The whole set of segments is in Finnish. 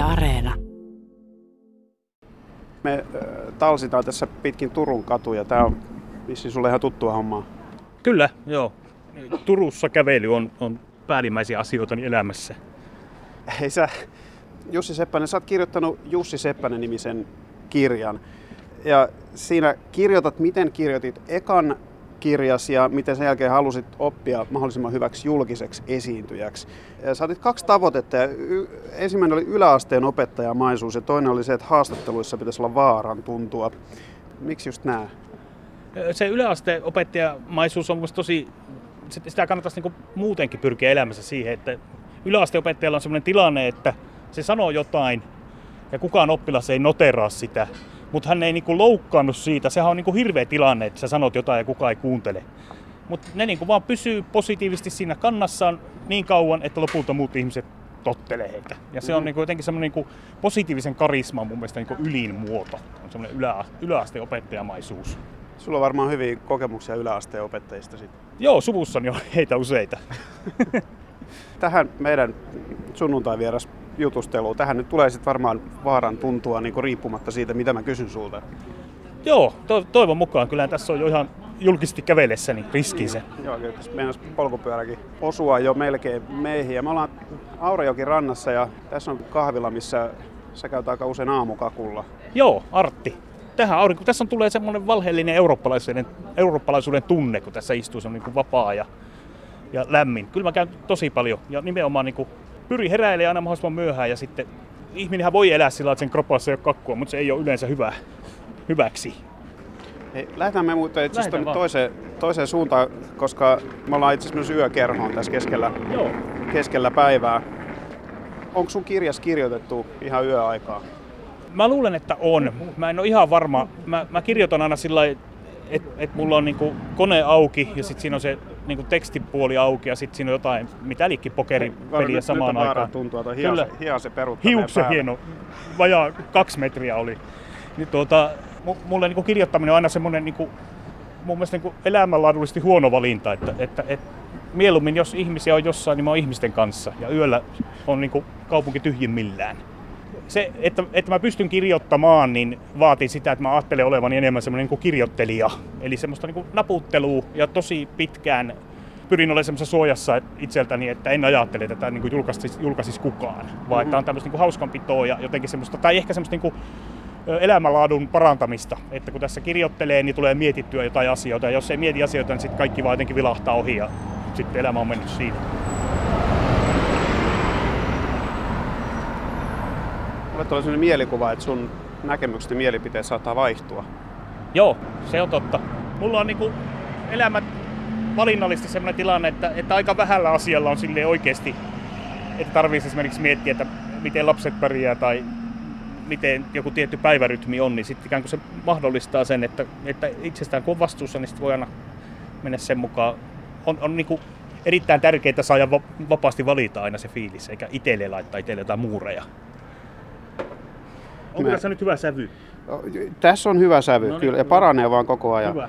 Areena. Me talsitaan tässä pitkin Turun katuja. Tää on vissiin sulle ihan tuttua hommaa. Kyllä, joo. Turussa kävely on päällimmäisiä asioita elämässä. Hei sä, Jussi Seppänen, sä oot kirjoittanut Jussi Seppänen-nimisen kirjan. Ja siinä kirjoitat, miten kirjoitit ekan kirjas ja miten sen jälkeen halusit oppia mahdollisimman hyväksi julkiseksi esiintyjäksi. Ja sä otit 2 tavoitetta. Ensimmäinen oli yläasteen opettajamaisuus ja toinen oli se, että haastatteluissa pitäisi olla vaaran tuntua. Miksi just nää? Se yläasteen opettajamaisuus on musta tosi, sitä kannattaisi niinku muutenkin pyrkiä elämässä siihen, että yläasteen opettajalla on sellainen tilanne, että se sanoo jotain ja kukaan oppilas ei noteraa sitä. Mutta hän ei niinku loukkaannut siitä. Sehän on niinku hirveä tilanne, että sä sanot jotain ja kukaan ei kuuntele. Mutta ne niinku vaan pysyy positiivisesti siinä kannassaan niin kauan, että lopulta muut ihmiset tottelee heitä. Ja se on niinku jotenkin semmoinen niinku positiivisen karisman mun mielestä niinku ylin muoto. On semmoinen yläasteen opettajamaisuus. Sulla on varmaan hyviä kokemuksia yläasteen opettajista sitten. Joo, suvussani on heitä useita. Tähän meidän sunnuntai-vieras jutusteluun. Tähän nyt tulee sitten varmaan vaaran tuntua niin riippumatta siitä, mitä mä kysyn sulta. Joo, toivon mukaan. Kyllähän tässä on jo ihan julkisesti kävellessäni riskinsä. Joo, kyllä tässä meinas polkupyöräkin osua jo melkein meihin. Ja me ollaan Aurajokin rannassa ja tässä on kahvila, missä sä käyt aika usein aamukakulla. Joo, Artti. Tässä tulee semmoinen valheellinen eurooppalaisuuden tunne, kun tässä istuu semmoinen niin vapaa ja lämmin. Kyllä mä käyn tosi paljon ja nimenomaan niin pyrin heräilemään aina mahdollisimman myöhään ja sitten ihminenhän voi elää sillä, että sen kropassa ei ole kakkua, mutta se ei ole yleensä hyväksi. Hei, lähdetään me muuten itse asiassa toiseen suuntaan, koska me ollaan itse asiassa myös yökerhoon tässä keskellä päivää. Onko sun kirjas kirjoitettu ihan yöaikaa? Mä luulen, että on. Mä en ole ihan varma. Mä kirjoitan aina sillä lailla, että mulla on niinku kone auki ja sitten siinä on se niinku tekstipuoli auki ja sitten siinä on jotain mitälikin pokeripeliä samaan aikaan. Nyt tuntuu, että hiase peruuttaa hiuksen hieno. Vajaa 2 metriä oli. Niin mulle niinku kirjoittaminen on aina semmoinen niinku, mun mielestä niinku elämänlaadullisesti huono valinta, että mieluummin jos ihmisiä on jossain, niin mä oon ihmisten kanssa ja yöllä on niinku kaupunki tyhjimmillään. Se, että mä pystyn kirjoittamaan, niin vaatii sitä, että mä ajattelen olevani enemmän semmoinen niin kuin kirjoittelija. Eli semmoista niin kuin naputtelua ja tosi pitkään pyrin olemaan semmoisessa suojassa itseltäni, että en ajattele, että tätä niin julkaisisi kukaan. Vaan että on tämmöistä niin kuin hauskanpitoa ja jotenkin semmoista, tai ehkä semmoista niin kuin elämänlaadun parantamista. Että kun tässä kirjoittelee, niin tulee mietittyä jotain asioita. Ja jos ei mieti asioita, niin sitten kaikki vaan jotenkin vilahtaa ohi ja sitten elämä on mennyt siinä. Mulle tulee sellainen mielikuva, että sun näkemykset ja mielipiteet saattaa vaihtua. Joo, se on totta. Mulla on niinku elämä valinnallisesti sellainen tilanne, että aika vähällä asialla on silleen oikeasti, että tarvitsisi esimerkiksi miettiä, että miten lapset pärjää tai miten joku tietty päivärytmi on, niin sitten ikään kuin se mahdollistaa sen, että itsestään kun on vastuussa, niin sitten voi aina mennä sen mukaan. On niinku erittäin tärkeää saada vapaasti valita aina se fiilis, eikä itselle laittaa itselle jotain muureja. Onko tässä nyt hyvä sävy? Tässä on hyvä sävy, no, kyllä, ja paranee vaan koko ajan. Hyvä.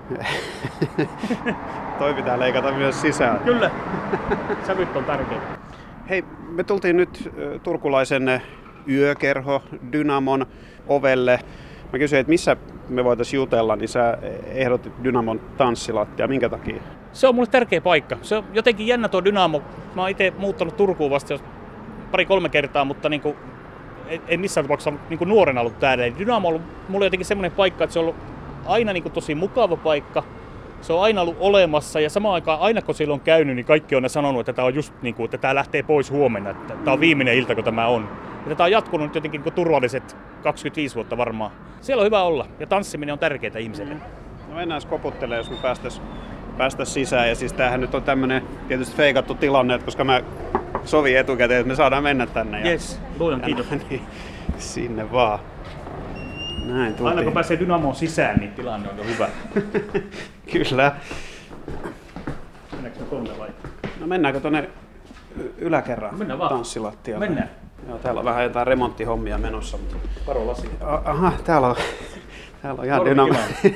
Toi pitää leikata myös sisään. Kyllä, sävyt on tärkeitä. Hei, me tultiin nyt turkulaisen yökerho Dynamon ovelle. Mä kysyin, että missä me voitaisiin jutella, niin sä ehdotit Dynamon tanssilattia. Minkä takia? Se on mulle tärkeä paikka. Se on jotenkin jännä tuo Dynamo. Mä oon itse muuttanut Turkuun vasta 2-3 kertaa, mutta niinku en missään tapauksessa ollut niin nuorena ollut täällä. Dynamo on ollut mulle jotenkin semmoinen paikka, että se on ollut aina niin tosi mukava paikka. Se on aina ollut olemassa ja samaan aikaan aina kun siellä on käynyt, niin kaikki on sanonut, että tämä on just niin kuin, että tämä lähtee pois huomenna. Että tämä on viimeinen ilta, kun tämä on. Ja tämä on jatkunut nyt jotenkin niin turvalliset 25 vuotta varmaan. Siellä on hyvä olla ja tanssiminen on tärkeää ihmiselle. No mennään skoputtelemaan, jos me päästäisiin sisään. Ja siis tämähän nyt on tämmöinen tietysti feikattu tilanne, että koska mä sovin etukäteen, että me saadaan mennä tänne. Jes, luojan kiitos. Niin, sinne vaan. Näin tultiin. Aina kun pääsee Dynamoon sisään, niin tilanne on jo hyvä. Kyllä. Mennäänkö me tuonne vai? No mennäänkö tuonne yläkerran tanssilattialle? Mennään. Joo, täällä on vähän jotain remonttihommia menossa. Mutta... Varo lasia. Aha, täällä on ihan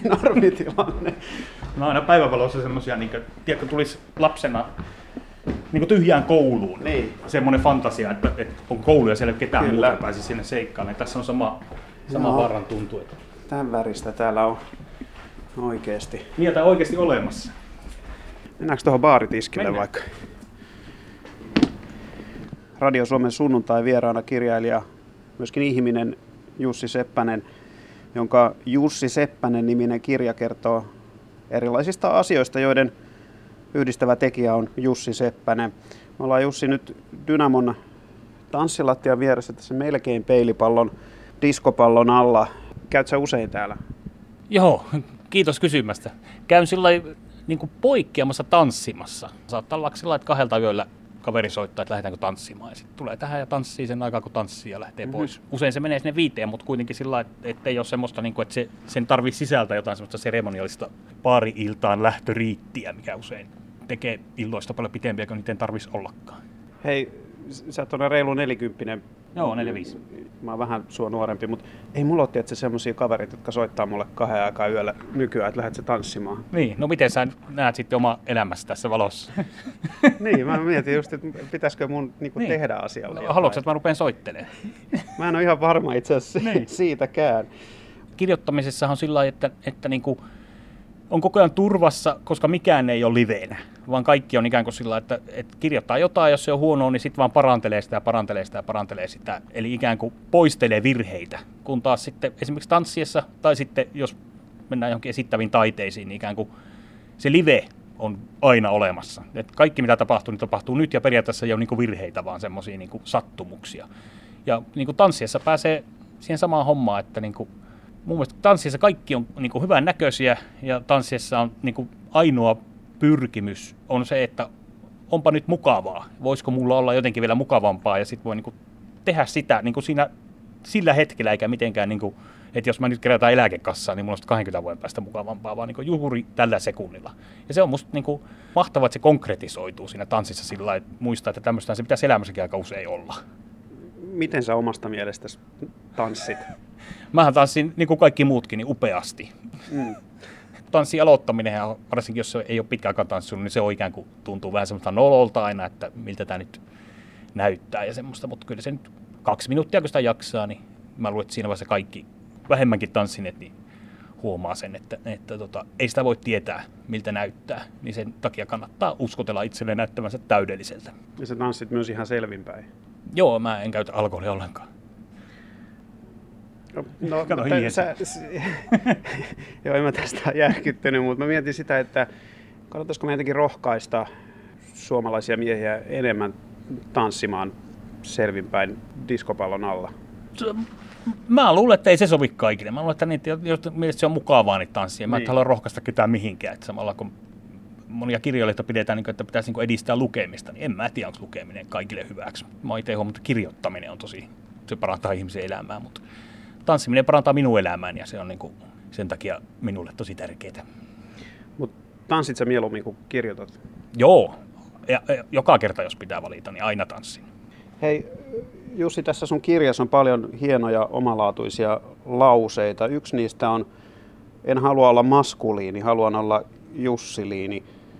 normitilanne. No aina päivävalossa semmosia, niin tiedätkö, tulisi lapsena niin tyhjään kouluun. Niin. Semmoinen fantasia, että on koulu ja siellä ei ketään Kyllä. muuta pääsi sinne seikkailemaan. Tässä on sama vaaran tuntu. Että... Tämän väristä täällä on oikeesti. Niin, tämä on oikeasti olemassa. Mennäänkö tuohon baaritiskille Mennään. vaikka? Radio Suomen sunnuntai vieraana kirjailija, myöskin ihminen Jussi Seppänen, jonka Jussi Seppänen-niminen kirja kertoo erilaisista asioista, joiden yhdistävä tekijä on Jussi Seppänen. Me ollaan Jussi nyt Dynamon tanssilattian vieressä tässä melkein peilipallon, diskopallon alla. Käyt sä usein täällä? Joo, kiitos kysymästä. Käyn sillä niin poikkeamassa tanssimassa. Saattaa olla sillä että 2 yöllä kaveri soittaa, että lähdetäänkö tanssimaan. Ja sitten tulee tähän ja tanssii sen aikaa, kun tanssii ja lähtee pois. Usein se menee sinne 5, mutta kuitenkin sillä että ei ole semmoista, että sen tarvitsee sisältää jotain semmoista seremoniallista baari-iltaan lähtöriittiä, mikä usein tekee illoista paljon pitempiä, kun niitä ei tarvitsisi ollakaan. Hei, sä oot tuonne reilu 40. Joo, 4-5. Mä oon vähän sua nuorempi, mutta ei mulla ole tietysti semmosia kavereita, jotka soittaa mulle 2 aikaa yöllä nykyään, että lähdet sä tanssimaan. Niin, no miten sä näet sitten oma elämässä tässä valossa? Niin, mä mietin just, että pitäisikö mun niin. tehdä asialle jotain. Haluatko, että mä rupean soittelemaan? Mä en ole ihan varma itse asiassa Niin. siitäkään. Kirjoittamisessa on sillä lailla, että niin kuin on koko ajan turvassa, koska mikään ei ole liveenä, vaan kaikki on ikään kuin sillä lailla, että kirjoittaa jotain, jos se on huonoa, niin sitten vaan parantelee sitä. Eli ikään kuin poistelee virheitä, kun taas sitten esimerkiksi tanssiessa tai sitten jos mennään johonkin esittäviin taiteisiin, niin ikään kuin se live on aina olemassa. Et kaikki mitä tapahtuu, niin tapahtuu nyt ja periaatteessa ei ole niin kuin virheitä, vaan semmoisia niin kuin sattumuksia. Ja niin kuin tanssiessa pääsee siihen samaan hommaan, että niin kuin mun mielestä tanssiessa kaikki on niin kuin hyvän näköisiä ja tanssiessa on niin kuin ainoa pyrkimys on se, että onpa nyt mukavaa. Voisiko mulla olla jotenkin vielä mukavampaa ja sitten voi niin kuin tehdä sitä niin kuin sillä hetkellä eikä mitenkään, niin kuin, että jos mä nyt kerätään eläkekassaan, niin mulla on 20 vuoden päästä mukavampaa, vaan niin kuin juuri tällä sekunnilla. Ja se on musta niin kuin mahtavaa, että se konkretisoituu siinä tanssissa sillä lailla, että muistaa, että tämmöistä se pitäisi elämässäkin aika usein olla. Miten sä omasta mielestäsi tanssit? Mähän tanssin niin kuin kaikki muutkin niin upeasti. Tanssin aloittaminen, varsinkin jos se ei ole pitkä aikaa tanssinut, niin se on ikään kuin tuntuu vähän semmoista nololta aina, että miltä tämä nyt näyttää ja semmoista. Mutta kyllä se nyt 2 minuuttia, kun sitä jaksaa, niin mä luulen, että siinä vaiheessa kaikki vähemmänkin tanssineet, niin huomaa sen, että ei sitä voi tietää, miltä näyttää. Niin sen takia kannattaa uskotella itselleen näyttämänsä täydelliseltä. Ja sä tanssit myös ihan selvinpäin. Joo, mä en käytä alkoholia ollenkaan. No, Kato joo, en mä tästä järkyttynyt, mutta mä mietin sitä, että kannattaisiko me jotenkin rohkaista suomalaisia miehiä enemmän tanssimaan selvinpäin diskopallon alla? Mä luulen, että ei se sovi kaikille. Mä luulen, että niitä, jos mielestä se on mukavaa niitä tanssia. Mä en halua rohkaista ketään mihinkään. Että samalla kun monia kirjailijoita pidetään, että pitäisi edistää lukemista, niin en mä tiedä, onko lukeminen kaikille hyväksi. Mä oon itse huomannut, että kirjoittaminen on se parantaa ihmisen elämää, mutta tanssiminen parantaa minun elämääni ja se on sen takia minulle tosi tärkeää. Mutta tanssit sä mieluummin kuin kirjoitat? Joo, ja joka kerta jos pitää valita, niin aina tanssin. Hei Jussi, tässä sun kirjassa on paljon hienoja omalaatuisia lauseita. Yksi niistä on, en halua olla maskuliini, haluan olla Jussiliini.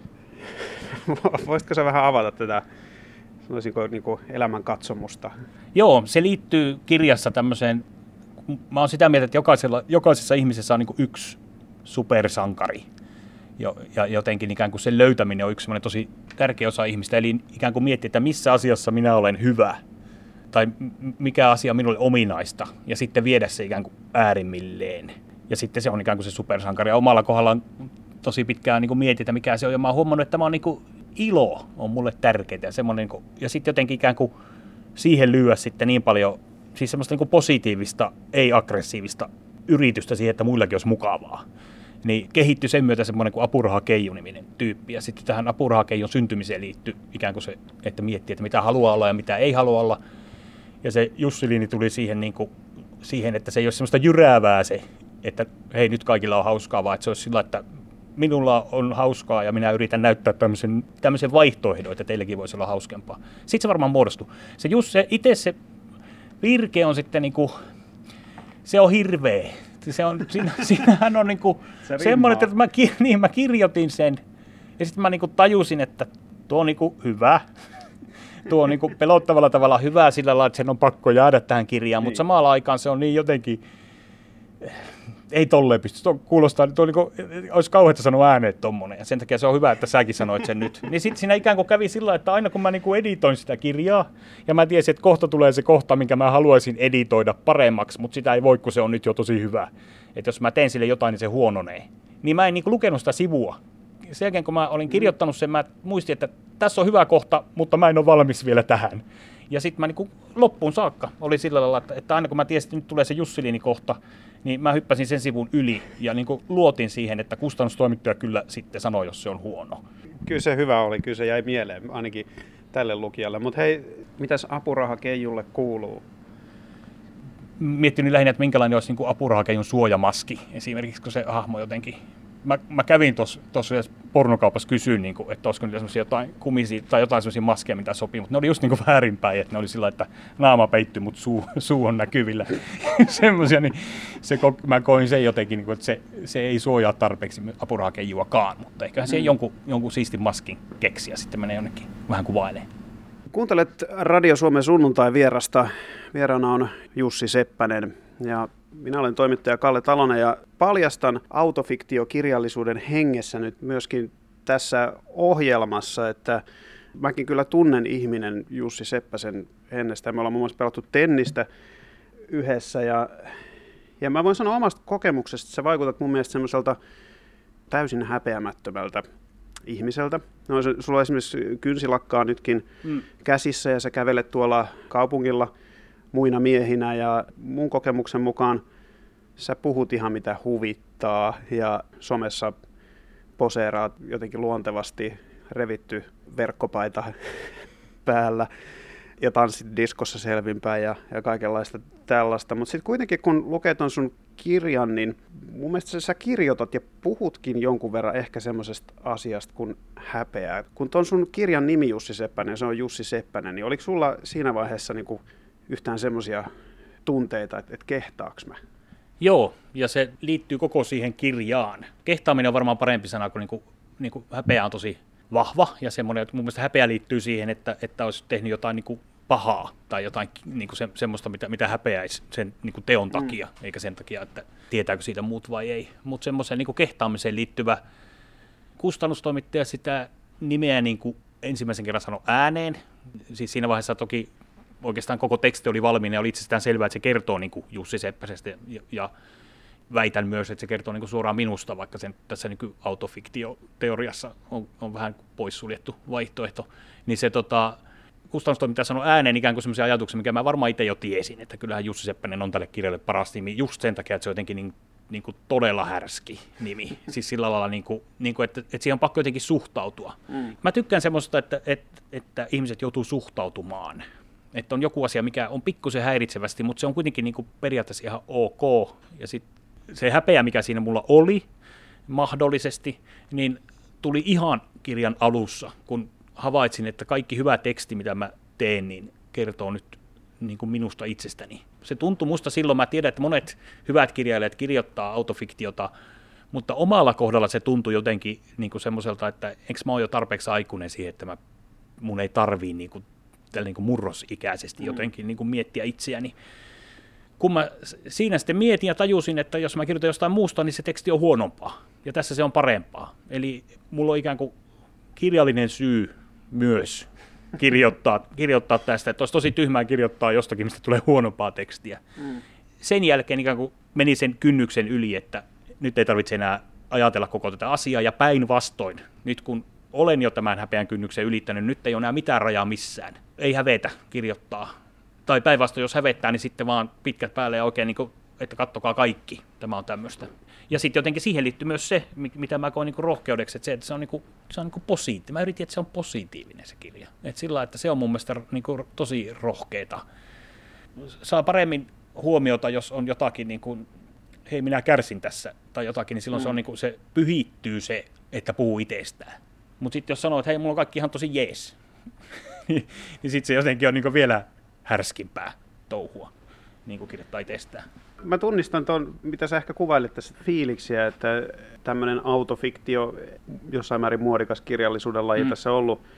Voisitko sä vähän avata tätä niin elämän katsomusta? Joo, se liittyy kirjassa tämmöiseen, mä oon sitä mieltä, että jokaisessa ihmisessä on yksi supersankari. Ja jotenkin ikään kuin sen löytäminen on yksi semmoinen tosi tärkeä osa ihmistä, eli ikään kuin miettiä, että missä asiassa minä olen hyvä, tai mikä asia on minulle ominaista, ja sitten viedä se ikään kuin äärimmilleen. Ja sitten se on ikään kuin se supersankari, ja omalla kohdalla on tosi pitkään mietitä, mikä se on, ja mä oon huomannut, että tämä on ilo on mulle tärkeää, ja sitten jotenkin ikään kuin siihen lyödä sitten niin paljon, siis semmoista positiivista, ei-aggressiivista yritystä siihen, että muillakin olisi mukavaa. Niin kehittyi sen myötä semmoinen kuin apurahakeiju-niminen tyyppi. Ja sitten tähän apurahakeijun syntymiseen liittyi ikään kuin se, että miettii, että mitä haluaa olla ja mitä ei halua olla. Ja se Jussiliini tuli siihen, että se ei ole semmoista jyräävää se, että hei nyt kaikilla on hauskaa, vaan että se olisi sillä, että minulla on hauskaa ja minä yritän näyttää tämmöisen vaihtoehdon, että teilläkin voisi olla hauskempaa. Sitten se varmaan muodostui. Itse se virke on sitten se on hirveä. Siinähän on semmoinen, että mä kirjoitin sen ja sitten mä tajusin, että tuo on niinku hyvä. Tuo on niinku pelottavalla tavalla hyvä sillä lailla, että sen on pakko jäädä tähän kirjaan, mutta samalla aikaan se on niin jotenkin, ei tolleen pysty. Tuo kuulostaa, tuo niinku, olisi kauheata sanoa ääneen tommonen, ja sen takia se on hyvä, että säkin sanoit sen nyt. Niin sitten siinä ikään kuin kävi sillä, että aina kun mä niinku editoin sitä kirjaa, ja mä tiesin, että kohta tulee se kohta, minkä mä haluaisin editoida paremmaksi, mutta sitä ei voi, kun se on nyt jo tosi hyvä. Että jos mä teen sille jotain, niin se huononee. Niin mä en niinku lukenut sitä sivua. Sen jälkeen, kun mä olin kirjoittanut sen, mä muistin, että tässä on hyvä kohta, mutta mä en ole valmis vielä tähän. Ja sitten mä niin loppuun saakka oli sillä lailla, että aina kun mä tiesin, että nyt tulee se Jussi-kohta, niin mä hyppäsin sen sivun yli ja niin luotin siihen, että kustannustoimittaja kyllä sitten sanoi, jos se on huono. Kyllä se hyvä oli, kyllä se jäi mieleen ainakin tälle lukijalle. Mutta hei, mitäs apurahakeijulle kuuluu? Miettinyt lähinnä, että minkälainen olisi niin apurahakeijun suojamaski esimerkiksi, kun se hahmo jotenkin. Mä kävin tuossa pornokaupassa kysyyn, niin että olisiko niitä jotain kumisia tai jotain sellaisia maskeja, mitä sopii, mutta ne oli just niin väärinpäin, että ne oli sillä, että naama peittyy, mutta suu on näkyvillä. Semmoisia, niin mä koin sen jotenkin, niin että se ei suojaa tarpeeksi apurahakeijuakaan, mutta eiköhän se jonkun siistin maskin keksiä, sitten menee jonnekin vähän kuvailemaan. Kuuntelet Radio Suomen sunnuntai-vierasta. Vieraana on Jussi Seppänen ja minä olen toimittaja Kalle Talonen ja paljastan autofiktiokirjallisuuden hengessä nyt myöskin tässä ohjelmassa, että mäkin kyllä tunnen ihminen Jussi Seppäsen hennestä. Me ollaan muun muassa pelattu tennistä yhdessä ja mä voin sanoa omasta kokemuksesta, että sä vaikutat mun mielestä semmoiselta täysin häpeämättömältä ihmiseltä. No, sulla on esimerkiksi kynsilakkaa nytkin käsissä ja sä kävelet tuolla kaupungilla muina miehinä ja mun kokemuksen mukaan sä puhut ihan mitä huvittaa ja somessa poseeraat jotenkin luontevasti, revitty verkkopaita päällä ja tanssit diskossa selvinpäin ja kaikenlaista tällaista. Mutta sitten kuitenkin kun lukee ton sun kirjan, niin mun mielestä sä kirjoitat ja puhutkin jonkun verran ehkä semmoisesta asiasta kuin häpeää. Kun ton sun kirjan nimi Jussi Seppänen, se on Jussi Seppänen, niin oliko sulla siinä vaiheessa niinku yhtään semmoisia tunteita, että kehtaaks mä? Joo, ja se liittyy koko siihen kirjaan. Kehtaaminen on varmaan parempi sana, kun niinku häpeä on tosi vahva, ja semmoinen, että mun mielestä häpeä liittyy siihen, että olisi tehnyt jotain niinku pahaa, tai jotain niinku semmoista, mitä häpeäisi sen niinku teon takia, eikä sen takia, että tietääkö siitä muut vai ei. Mutta semmoiseen niinku kehtaamiseen liittyvä kustannustoimittaja sitä nimeä niinku ensimmäisen kerran sanoi ääneen. Siis siinä vaiheessa toki oikeastaan koko teksti oli valmiina ja oli itsestään selvää, että se kertoo niin kuin Jussi Seppäsestä ja väitän myös, että se kertoo niin kuin suoraan minusta, vaikka sen tässä niin kuin autofiktioteoriassa on vähän poissuljettu vaihtoehto. Niin se kustannustoimittaja sanoi ääneen ikään kuin sellaisia ajatuksia, mikä mä varmaan itse jo tiesin, että kyllähän Jussi Seppänen on tälle kirjalle paras nimi just sen takia, että se on jotenkin niin kuin todella härski nimi. Siis sillä lailla, että siihen on pakko jotenkin suhtautua. Mä tykkään semmoista, että ihmiset joutuu suhtautumaan. Että on joku asia, mikä on pikkusen häiritsevästi, mutta se on kuitenkin niin kuin periaatteessa ihan ok. Ja sitten se häpeä, mikä siinä mulla oli mahdollisesti, niin tuli ihan kirjan alussa, kun havaitsin, että kaikki hyvä teksti, mitä mä teen, niin kertoo nyt niin kuin minusta itsestäni. Se tuntui musta silloin, mä tiedän, että monet hyvät kirjailijat kirjoittaa autofiktiota, mutta omalla kohdalla se tuntui jotenkin niin kuin semmoiselta, että eikö mä oon jo tarpeeksi aikuinen siihen, että mun ei tarvii niin kuin murrosikäisesti jotenkin niin kuin miettiä itseäni. Kun mä siinä sitten mietin ja tajusin, että jos mä kirjoitan jostain muusta, niin se teksti on huonompaa. Ja tässä se on parempaa. Eli mulla on ikään kuin kirjallinen syy myös kirjoittaa tästä. Että olisi tosi tyhmää kirjoittaa jostakin, mistä tulee huonompaa tekstiä. Sen jälkeen ikään kuin meni sen kynnyksen yli, että nyt ei tarvitse enää ajatella koko tätä asiaa. Ja päinvastoin, nyt kun olen jo tämän häpeän kynnyksen ylittänyt, nyt ei ole enää mitään rajaa missään. Ei hävetä kirjoittaa. Tai päinvastoin, jos hävettää, niin sitten vaan pitkät päälle ja oikein, niin kuin, että kattokaa kaikki. Tämä on tämmöistä. Ja sitten jotenkin siihen liittyy myös se, mitä mä koen niin kuin rohkeudeksi, että se on, niin kuin positiivinen. Mä yritin, että se on positiivinen se kirja. Että sillä että se on mun mielestä niin kuin tosi rohkeeta. Saa paremmin huomiota, jos on jotakin, niin kuin, hei minä kärsin tässä, tai jotakin, niin silloin se, on, niin kuin, se pyhittyy se, että puhuu itsestään. Mutta sitten jos sanoo, että hei, mulla on kaikki ihan tosi jees, niin sitten se jotenkin on niin vielä härskimpää touhua, niin kuin kirjoittaa itsestään. Mä tunnistan tuon, mitä sä ehkä kuvailit tässä fiiliksiä, että tämmöinen autofiktio, jossain määrin muodikas kirjallisuuden laji tässä on ollut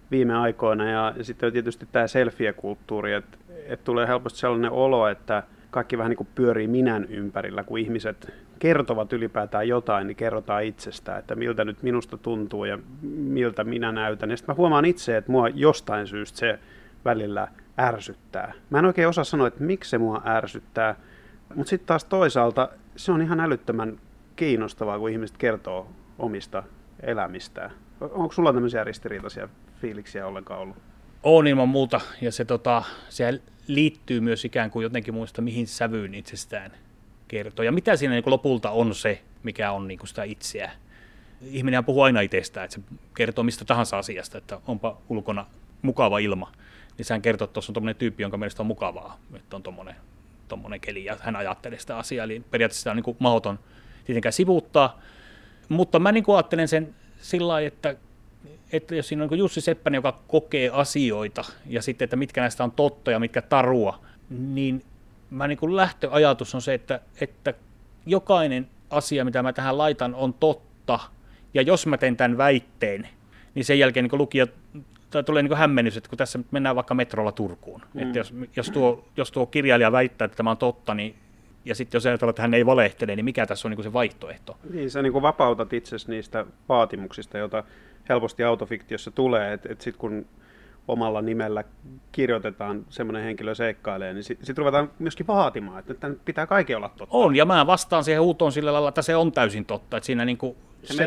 viime aikoina. Ja sitten on tietysti tämä selfie-kulttuuri, että tulee helposti sellainen olo, että kaikki vähän niin kuin pyörii minän ympärillä, kun ihmiset kertovat ylipäätään jotain, niin kerrotaan itsestä, että miltä nyt minusta tuntuu ja miltä minä näytän. Ja sitten mä huomaan itse, että mua jostain syystä se välillä ärsyttää. Mä en oikein osaa sanoa, että miksi se mua ärsyttää, mutta sitten taas toisaalta se on ihan älyttömän kiinnostavaa, kun ihmiset kertoo omista elämistään. Onko sulla tämmöisiä ristiriitaisia fiiliksiä ollenkaan ollut? On ilman muuta, ja se liittyy myös ikään kuin jotenkin muista, mihin sävyyn itsestään kertoo. Ja mitä siinä niin kuin lopulta on se, mikä on niin kuin sitä itseä. Ihminenhän puhuu aina itsestään, että se kertoo mistä tahansa asiasta, että onpa ulkona mukava ilma. Niin sehän kertoo, että tuossa on tuommoinen tyyppi, jonka mielestä on mukavaa, että on tuommoinen keli, ja hän ajattelee sitä asiaa. Eli periaatteessa sitä on niin kuin mahdoton tietenkään sivuuttaa. Mutta mä niin kuin ajattelen sen sillä lailla, että jos siinä on niin Jussi Seppänen, joka kokee asioita, ja sitten, että mitkä näistä on totta ja mitkä tarua, niin mä niin kuin lähtöajatus on se, että jokainen asia, mitä mä tähän laitan, on totta, ja jos mä teen tämän väitteen, niin sen jälkeen niin lukija tulee niin hämmennys, että kun tässä mennään vaikka metrolla Turkuun, että jos tuo kirjailija väittää, että tämä on totta, niin ja sitten jos ajatellaan, että hän ei valehtele, niin mikä tässä on niin se vaihtoehto? Niin, sä niin vapautat itsesi niistä vaatimuksista, joita helposti autofiktiossa tulee, että sitten kun omalla nimellä kirjoitetaan semmoinen henkilö seikkailee, niin sitten ruvetaan myöskin vaatimaan, että pitää kaiken olla totta. On, ja mä vastaan siihen huutoon sillä lailla, että se on täysin totta. Että siinä niin kuin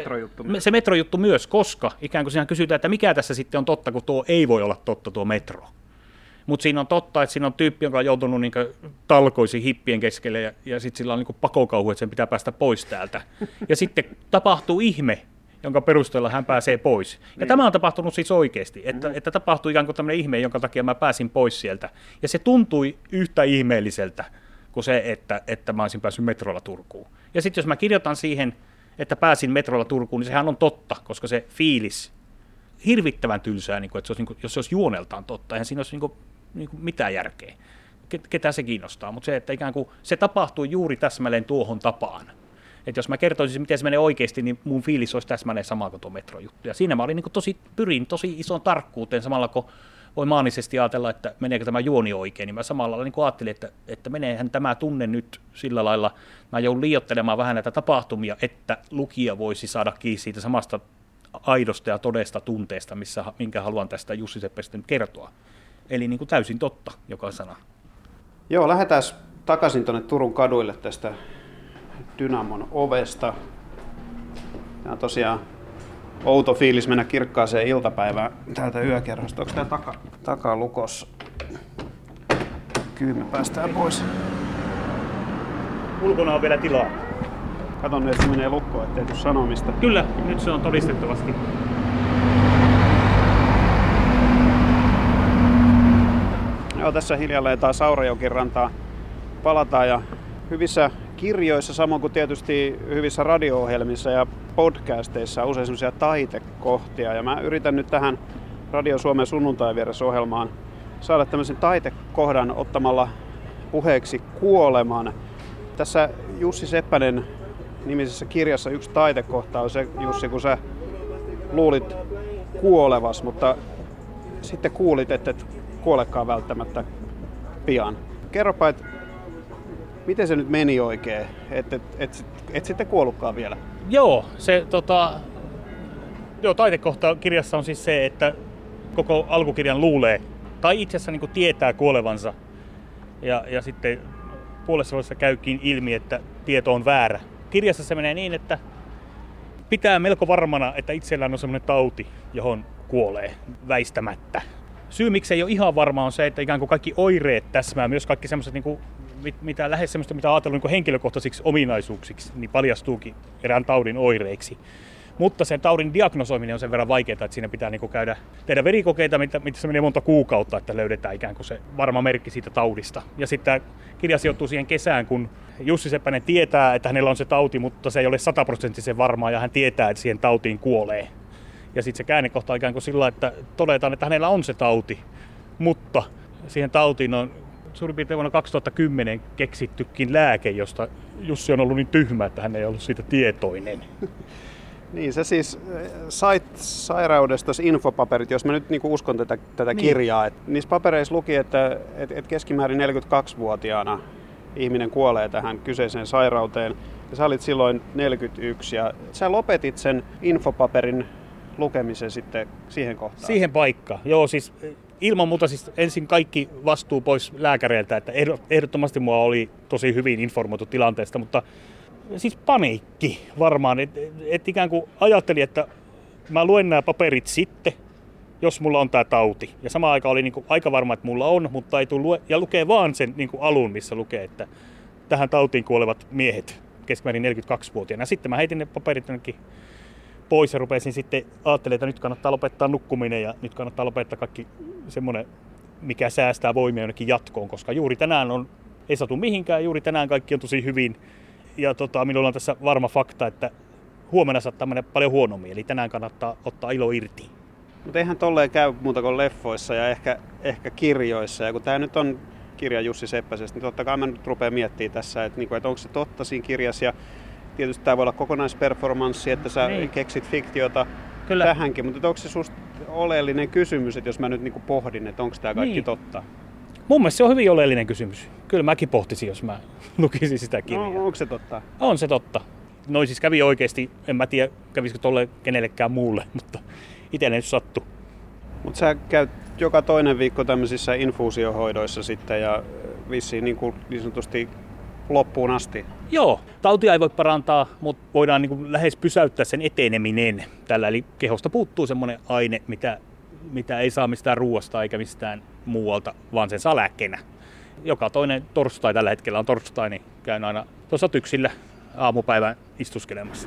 se metrojuttu myös, koska ikään kuin siinä kysytään, että mikä tässä sitten on totta, kun tuo ei voi olla totta, tuo metro. Mutta siinä on totta, että siinä on tyyppi, joka on joutunut niin talkoisiin hippien keskelle, ja sitten sillä on niin pakokauhu, että sen pitää päästä pois täältä. Ja sitten tapahtuu ihme, jonka perusteella hän pääsee pois. Ja tämä on tapahtunut siis oikeasti, että tapahtui ikään kuin tämmöinen ihme, jonka takia mä pääsin pois sieltä. Ja se tuntui yhtä ihmeelliseltä kuin se, että mä olisin päässyt metrolla Turkuun. Ja sitten jos mä kirjoitan siihen, että pääsin metrolla Turkuun, niin sehän on totta, koska se fiilis hirvittävän tylsää, että se olisi, jos se olisi juoneltaan totta, eihän siinä olisi mitään järkeä. Ketä se kiinnostaa, mutta se, että ikään kuin se tapahtuu juuri täsmälleen tuohon tapaan. Että jos mä kertoisin, miten se menee oikeasti, niin mun fiilis olisi täsmälleen sama kuin tuo metrojuttu. Ja siinä mä olin pyrin tosi ison tarkkuuteen, samalla kun voi maanisesti ajatella, että meneekö tämä juoni oikein, niin mä samalla ajattelin, että meneehän tämä tunne nyt sillä lailla, mä joudun liioittelemaan vähän näitä tapahtumia, että lukija voisi saada kiinni siitä samasta aidosta ja todesta tunteesta, minkä haluan tästä Jussi Seppäsestä nyt kertoa. Eli niin kuin täysin totta, joka sana. Joo, lähdetään takaisin tuonne Turun kaduille tästä Dynamon ovesta. Tämä on tosiaan outo fiilis mennä kirkkaaseen iltapäivään täältä yökerhosta. Onko tämä takalukossa? Kyllä me päästään pois. Ulkona on vielä tilaa. Katon nyt, että se menee lukkoon, ettei tule sanomista. Kyllä, nyt se on todistettavasti. Joo, tässä hiljalleen taas Aurajokin rantaa palataan ja hyvissä kirjoissa, samoin kuin tietysti hyvissä radio-ohjelmissa ja podcasteissa on usein sellaisia taitekohtia. Ja mä yritän nyt tähän Radio Suomen sunnuntai-vieras-ohjelmaan saada tämmöisen taitekohdan ottamalla puheeksi kuoleman. Tässä Jussi Seppänen nimisessä kirjassa yksi taitekohta on se, Jussi, kun sä luulit kuolevas, mutta sitten kuulit, että et kuolekaan välttämättä pian. Kerropa, että miten se nyt meni oikein, et sitten kuollutkaan vielä? Joo, se taitekohta kirjassa on siis se, että koko alkukirjan luulee, tai itse asiassa niin tietää kuolevansa. Ja sitten puolessa vuodessa käykin ilmi, että tieto on väärä. Kirjassa se menee niin, että pitää melko varmana, että itsellään on semmoinen tauti, johon kuolee väistämättä. Syy, miksi ei ole ihan varma, on se, että ikään kuin kaikki oireet täsmää, myös kaikki semmoiset, niin mitä lähes semmoista, mitä ajatellut niin henkilökohtaisiksi ominaisuuksiksi, niin paljastuukin erään taudin oireiksi. Mutta sen taudin diagnosoiminen on sen verran vaikeaa, että siinä pitää niin kuin tehdä verikokeita, mitä se menee monta kuukautta, että löydetään ikään kuin se varma merkki siitä taudista. Ja sitten tämä kirja sijoittuu siihen kesään, kun Jussi Seppänen tietää, että hänellä on se tauti, mutta se ei ole 100% varmaa ja hän tietää, että siihen tautiin kuolee. Ja sitten se käännekohta on ikään kuin sillä, että todetaan, että hänellä on se tauti, mutta siihen tautiin on suurin piirtein vuonna 2010 keksittykin lääke, josta Jussi on ollut niin tyhmä, että hän ei ollut siitä tietoinen. Niin, sä siis sait sairaudestasi infopaperit, jos mä nyt niinku uskon tätä kirjaa. Et niissä papereissa luki, että keskimäärin 42-vuotiaana ihminen kuolee tähän kyseiseen sairauteen. Ja sä olit silloin 41 ja sä lopetit sen infopaperin lukemisen sitten siihen kohtaan. Siihen paikkaan. Joo, siis ilman muuta siis ensin kaikki vastuu pois lääkäreiltä, että ehdottomasti mua oli tosi hyvin informoitu tilanteesta, mutta siis paniikki varmaan, että ikään kuin ajattelin, että mä luen nämä paperit sitten, jos mulla on tämä tauti. Ja samaan aikaan oli niin kuin aika varma, että mulla on, mutta ei tule ja lukee vaan sen niin kuin alun, missä lukee, että tähän tautiin kuolevat miehet keskimäärin 42-vuotiaana. Sitten mä heitin ne paperit jonnekin pois ja rupesin sitten ajattelemaan, että nyt kannattaa lopettaa nukkuminen ja nyt kannattaa lopettaa kaikki semmoinen, mikä säästää voimia jonnekin jatkoon, koska juuri tänään ei satu mihinkään, juuri tänään kaikki on tosi hyvin. Ja minulla on tässä varma fakta, että huomenna saattaa mennä paljon huonommin, eli tänään kannattaa ottaa ilo irti. Mutta eihän tolleen käy muuta kuin leffoissa ja ehkä kirjoissa. Ja kun tämä nyt on kirja Jussi Seppäsestä, niin totta kai mä nyt rupean miettimään tässä, että onko se totta siinä kirjassa. Ja tietysti tämä voi olla kokonaisperformanssi, että sä keksit fiktiota tähänkin, mutta onko se susta oleellinen kysymys, että jos mä nyt pohdin, että onko tämä kaikki totta? Mun mielestä se on hyvin oleellinen kysymys. Kyllä mäkin pohtisin, jos mä lukisin sitä kirjaa. No, onko se totta? On se totta. Noin siis kävi oikeasti, en mä tiedä kävisikö tolle kenellekään muulle, mutta itselle nyt sattui. Mutta sä käyt joka toinen viikko tämmöisissä infuusiohoidoissa sitten ja vissiin niin sanotusti loppuun asti. Joo, tautia ei voi parantaa, mutta voidaan lähes pysäyttää sen eteneminen tällä. Eli kehosta puuttuu semmoinen aine, mitä ei saa mistään ruoasta eikä mistään muualta, vaan sen saa lääkkeenä. Joka toinen torstai, tällä hetkellä on torstai, niin käyn aina tuossa Tyksillä aamupäivän istuskelemassa.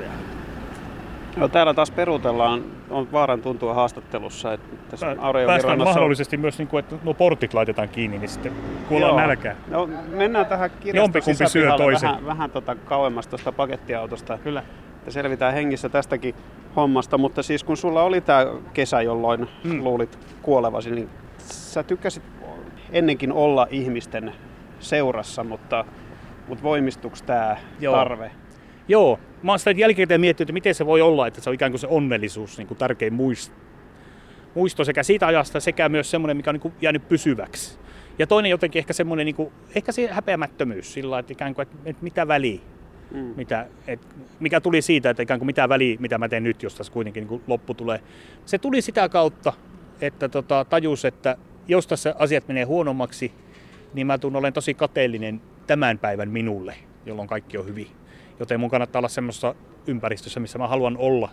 No, täällä taas peruutellaan, on vaaran tuntua haastattelussa. Että tässä päästään mahdollisesti myös, että nuo portit laitetaan kiinni, niin sitten kuollaan nälkään. No, mennään tähän kirjaston sisäpihalle vähän kauemmas tuosta pakettiautosta. Kyllä. Ja selvitään hengissä tästäkin hommasta, mutta siis kun sulla oli tämä kesä, jolloin luulit kuolevasi, niin sä tykkäsit ennenkin olla ihmisten seurassa, mutta voimistuiko tämä tarve? Joo, mä oon sitä jälkikäteen miettinyt, että miten se voi olla, että se on ikään kuin se onnellisuus, niin kuin tärkein muisto sekä siitä ajasta sekä myös semmoinen, mikä on niin kuin jäänyt pysyväksi. Ja toinen jotenkin ehkä semmoinen, niin kuin, ehkä se häpeämättömyys sillä, että ikään kuin, että mitä väliä. Mikä tuli siitä, että ikään kuin mitä väliä, mitä mä teen nyt, jos tässä kuitenkin niin kuin loppu tulee. Se tuli sitä kautta, että tajus, että jos tässä asiat menee huonommaksi, niin mä tuun olen tosi kateellinen tämän päivän minulle, jolloin kaikki on hyvin. Joten mun kannattaa olla semmoisessa ympäristössä, missä mä haluan olla,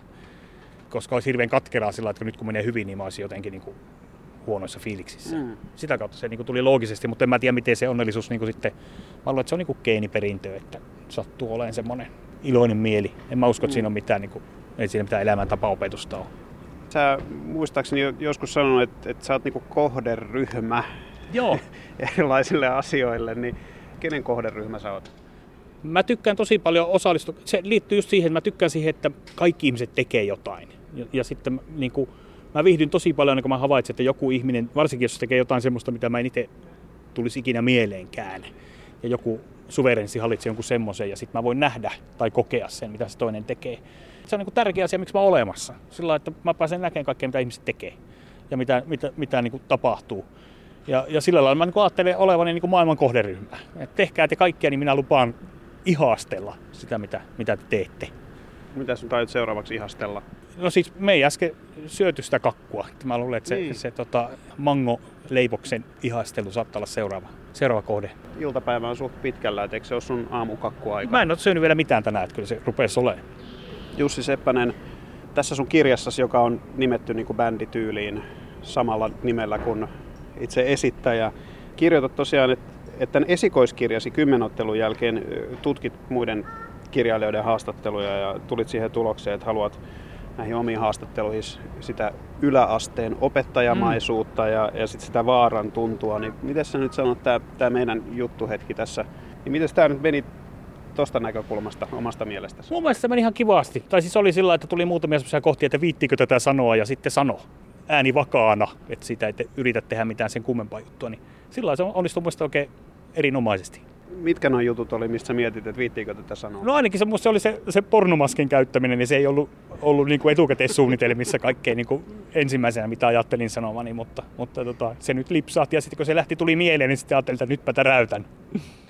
koska olisi hirveän katkeraa sillä, että nyt kun menee hyvin, niin mä olisin jotenkin niin kuin huonoissa fiiliksissä. Sitä kautta se niin kuin tuli loogisesti, mutta en mä tiedä, miten se onnellisuus niin kuin sitten, mä luulen, että se on niin kuin geeniperintö, että sattuu olemaan semmoinen iloinen mieli. En mä usko, että siinä on mitään, niin kuin, ei siinä mitään elämäntapaopetusta ole. Sä muistaakseni joskus sanonut, että sä oot niin kuin kohderyhmä. Joo. Erilaisille asioille, niin kenen kohderyhmä sä oot? Mä tykkään tosi paljon osallistua. Se liittyy just siihen, että mä tykkään siihen, että kaikki ihmiset tekee jotain. Ja sitten niin kuin, mä viihdyn tosi paljon, kun mä havaitsen, että joku ihminen, varsinkin jos se tekee jotain semmoista, mitä mä en itse tulisi ikinä mieleenkään. Ja joku suverenssi hallitsee jonkun semmoisen ja sitten mä voin nähdä tai kokea sen, mitä se toinen tekee. Se on niin kuin tärkeä asia, miksi mä oon olemassa. Sillä lailla, että mä pääsen näkemään kaikkea, mitä ihmiset tekee ja mitä niin kuin tapahtuu. Ja sillä lailla mä niin kuin ajattelen olevani niin kuin maailman kohderyhmä. Et tehkää te kaikkia, niin minä lupaan ihastella sitä, mitä te teette. Mitä sun aiot seuraavaksi ihastella? No siis me ei äsken syöty sitä kakkua. Mä luulen, että se mango-leivoksen ihastelu saattaa olla seuraava kohde. Iltapäivä on suht pitkällä, et eikö se ole sun aamukakkuaika? Mä en ole syönyt vielä mitään tänään, että kyllä se rupeaisi olemaan. Jussi Seppänen, tässä sun kirjassasi, joka on nimetty niin kuin bändityyliin samalla nimellä kuin itse esittäjä, kirjoitat tosiaan, että tämän esikoiskirjasi 10 ottelun jälkeen tutkit muiden kirjailijoiden haastatteluja ja tulit siihen tulokseen, että haluat näihin omiin haastatteluihin sitä yläasteen opettajamaisuutta ja sitten sitä vaaran tuntua. Niin miten sä nyt sanot, tämä meidän juttuhetki tässä, niin miten tämä nyt meni tuosta näkökulmasta omasta mielestäsi? Mun mielestä se meni ihan kivasti. Tai siis oli sillä, että tuli muutamia sellaisia kohtia, että viittikö tätä sanoa ja sitten sano ääni vakaana, että sitä ei yritä tehdä mitään sen kummempaa juttua. Niin sillä se onnistui mielestäni oikein erinomaisesti. mitkä nuo jutut oli, mistä mietit, että viittiinkö tätä sanoa? No ainakin se oli se pornomaskin käyttäminen, niin se ei ollut niin kuin etukäteissuunnitelmissa kaikkein niin kuin ensimmäisenä, mitä ajattelin sanomani, mutta se nyt lipsahti ja sitten kun se tuli mieleen, niin sitten ajattelin, että nytpä täräytän.